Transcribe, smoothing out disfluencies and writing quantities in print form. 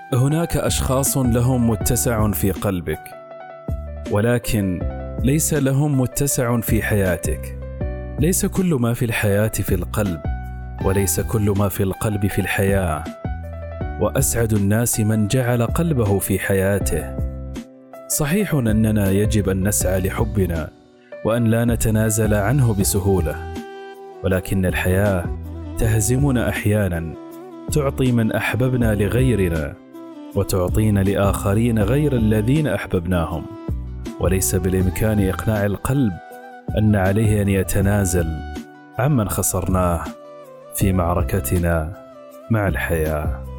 هناك أشخاص لهم متسع في قلبك، ولكن ليس لهم متسع في حياتك. ليس كل ما في الحياة في القلب، وليس كل ما في القلب في الحياة. وأسعد الناس من جعل قلبه في حياته. صحيح أننا يجب أن نسعى لحبنا وأن لا نتنازل عنه بسهولة، ولكن الحياة تهزمنا أحيانا، تعطي من أحببنا لغيرنا، وتعطينا لآخرين غير الذين أحببناهم. وليس بالإمكان إقناع القلب أن عليه أن يتنازل عمن خسرناه في معركتنا مع الحياة.